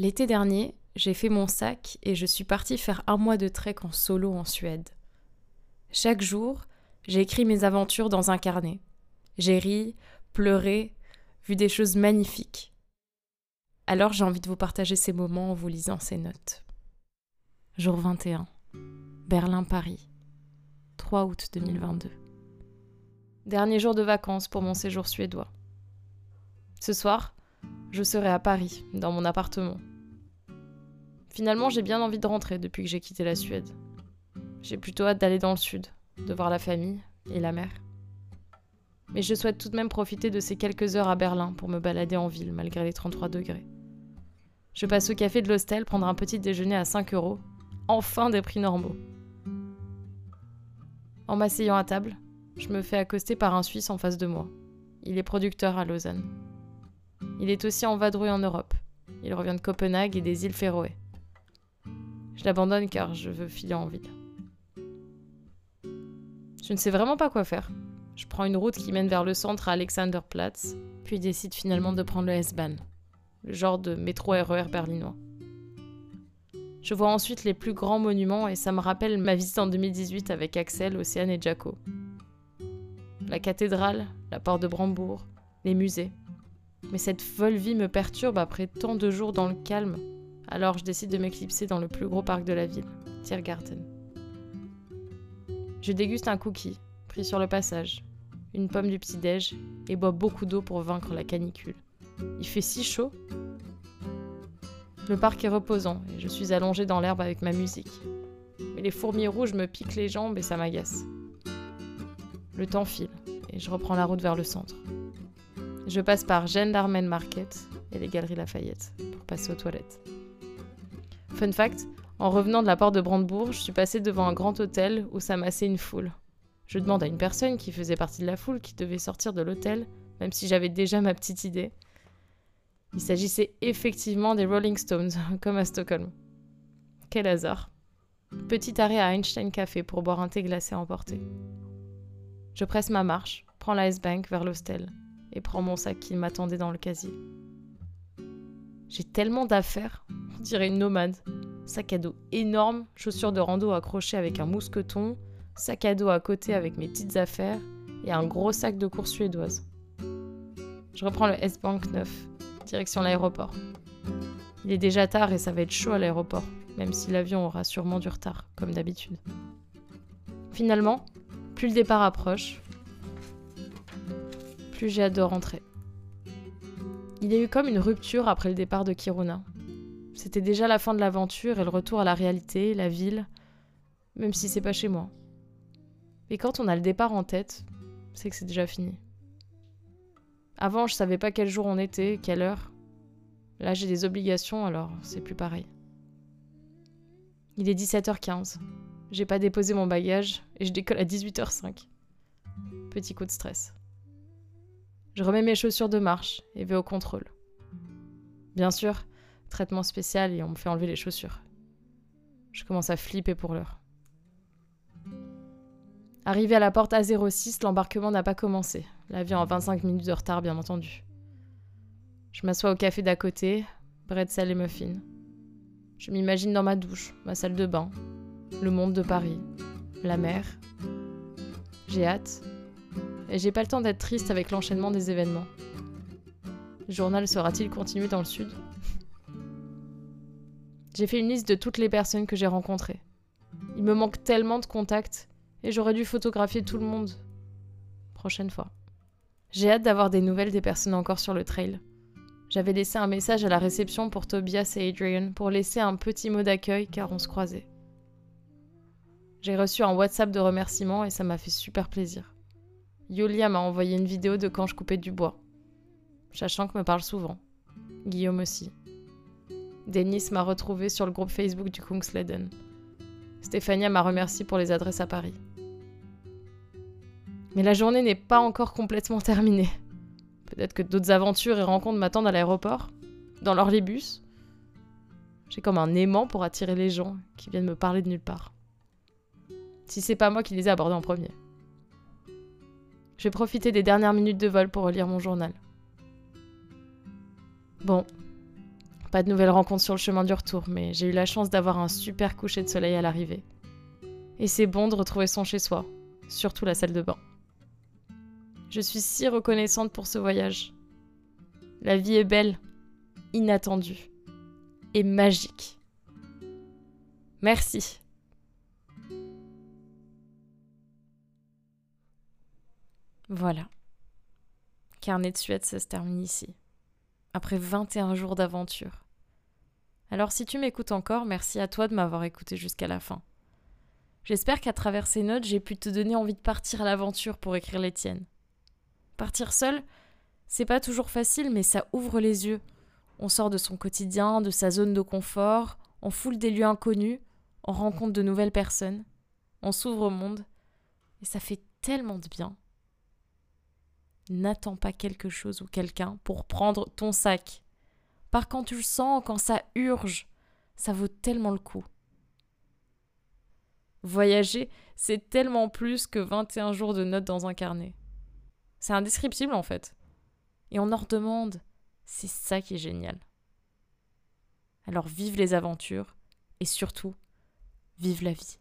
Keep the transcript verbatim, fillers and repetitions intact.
L'été dernier, j'ai fait mon sac et je suis partie faire un mois de trek en solo en Suède. Chaque jour, j'ai écrit mes aventures dans un carnet. J'ai ri, pleuré, vu des choses magnifiques. Alors j'ai envie de vous partager ces moments en vous lisant ces notes. Jour vingt et un. Berlin-Paris. trois août deux mille vingt-deux. Dernier jour de vacances pour mon séjour suédois. Ce soir, je serai à Paris, dans mon appartement. Finalement, j'ai bien envie de rentrer depuis que j'ai quitté la Suède. J'ai plutôt hâte d'aller dans le sud, de voir la famille et la mer. Mais je souhaite tout de même profiter de ces quelques heures à Berlin pour me balader en ville, malgré les trente-trois degrés. Je passe au café de l'hostel prendre un petit déjeuner à cinq euros. Enfin des prix normaux. En m'asseyant à table, je me fais accoster par un Suisse en face de moi. Il est producteur à Lausanne. Il est aussi en vadrouille en Europe. Il revient de Copenhague et des îles Féroé. Je l'abandonne car je veux filer en ville. Je ne sais vraiment pas quoi faire. Je prends une route qui mène vers le centre à Alexanderplatz, puis décide finalement de prendre le S-Bahn, le genre de métro R E R berlinois. Je vois ensuite les plus grands monuments et ça me rappelle ma visite en deux mille dix-huit avec Axel, Océane et Jaco. La cathédrale, la porte de Brandebourg, les musées. Mais cette folle vie me perturbe après tant de jours dans le calme, alors je décide de m'éclipser dans le plus gros parc de la ville, Tiergarten. Je déguste un cookie, pris sur le passage, une pomme du petit-déj et bois beaucoup d'eau pour vaincre la canicule. Il fait si chaud. Le parc est reposant et je suis allongée dans l'herbe avec ma musique. Mais les fourmis rouges me piquent les jambes et ça m'agace. Le temps file et je reprends la route vers le centre. Je passe par Gendarmen Market et les Galeries Lafayette pour passer aux toilettes. Fun fact, en revenant de la porte de Brandebourg, je suis passée devant un grand hôtel où s'amassait une foule. Je demande à une personne qui faisait partie de la foule qui devait sortir de l'hôtel, même si j'avais déjà ma petite idée. Il s'agissait effectivement des Rolling Stones, comme à Stockholm. Quel hasard. Petit arrêt à Einstein Café pour boire un thé glacé à emporter. Je presse ma marche, prends la S-Bank vers l'hostel et prends mon sac qui m'attendait dans le casier. J'ai tellement d'affaires, on dirait une nomade. Sac à dos énorme, chaussures de rando accrochées avec un mousqueton, sac à dos à côté avec mes petites affaires et un gros sac de course suédoise. Je reprends le S-Bank neuf, direction l'aéroport. Il est déjà tard et ça va être chaud à l'aéroport, même si l'avion aura sûrement du retard, comme d'habitude. Finalement, plus le départ approche, plus j'ai hâte de rentrer. Il y a eu comme une rupture après le départ de Kiruna. C'était déjà la fin de l'aventure et le retour à la réalité, la ville, même si c'est pas chez moi. Et quand on a le départ en tête, c'est que c'est déjà fini. Avant, je savais pas quel jour on était, quelle heure. Là, j'ai des obligations, alors c'est plus pareil. Il est dix-sept heures quinze. J'ai pas déposé mon bagage et je décolle à dix-huit heures cinq. Petit coup de stress. Je remets mes chaussures de marche et vais au contrôle. Bien sûr, traitement spécial et on me fait enlever les chaussures. Je commence à flipper pour l'heure. Arrivé à la porte A zéro six, l'embarquement n'a pas commencé. L'avion a vingt-cinq minutes de retard, bien entendu. Je m'assois au café d'à côté, bretzel et muffins. Je m'imagine dans ma douche, ma salle de bain, le monde de Paris, la mer. J'ai hâte. Et j'ai pas le temps d'être triste avec l'enchaînement des événements. Le journal sera-t-il continué dans le sud ? J'ai fait une liste de toutes les personnes que j'ai rencontrées. Il me manque tellement de contacts et j'aurais dû photographier tout le monde. Prochaine fois. J'ai hâte d'avoir des nouvelles des personnes encore sur le trail. J'avais laissé un message à la réception pour Tobias et Adrian pour laisser un petit mot d'accueil car on se croisait. J'ai reçu un WhatsApp de remerciement et ça m'a fait super plaisir. Yolia m'a envoyé une vidéo de quand je coupais du bois. Shashank me parle souvent. Guillaume aussi. Denis m'a retrouvé sur le groupe Facebook du Kungsleden. Stéphania m'a remercié pour les adresses à Paris. Mais la journée n'est pas encore complètement terminée. Peut-être que d'autres aventures et rencontres m'attendent à l'aéroport, dans l'Orlébus. J'ai comme un aimant pour attirer les gens qui viennent me parler de nulle part. Si c'est pas moi qui les ai abordés en premier. Je vais profiter des dernières minutes de vol pour relire mon journal. Bon, Pas de nouvelles rencontres sur le chemin du retour, mais j'ai eu la chance d'avoir un super coucher de soleil à l'arrivée. Et c'est bon de retrouver son chez-soi, surtout la salle de bain. Je suis si reconnaissante pour ce voyage. La vie est belle, inattendue et magique. Merci. Voilà. Carnet de Suède, ça se termine ici. Après vingt et un jours d'aventure. Alors si tu m'écoutes encore, merci à toi de m'avoir écouté jusqu'à la fin. J'espère qu'à travers ces notes, j'ai pu te donner envie de partir à l'aventure pour écrire les tiennes. Partir seul, c'est pas toujours facile, mais ça ouvre les yeux. On sort de son quotidien, de sa zone de confort, on foule des lieux inconnus, on rencontre de nouvelles personnes, on s'ouvre au monde, et ça fait tellement de bien. N'attends pas quelque chose ou quelqu'un pour prendre ton sac. Par quand tu le sens, quand ça urge, ça vaut tellement le coup. Voyager, c'est tellement plus que vingt et un jours de notes dans un carnet. C'est indescriptible en fait. Et on en redemande. C'est ça qui est génial. Alors vive les aventures et surtout, vive la vie.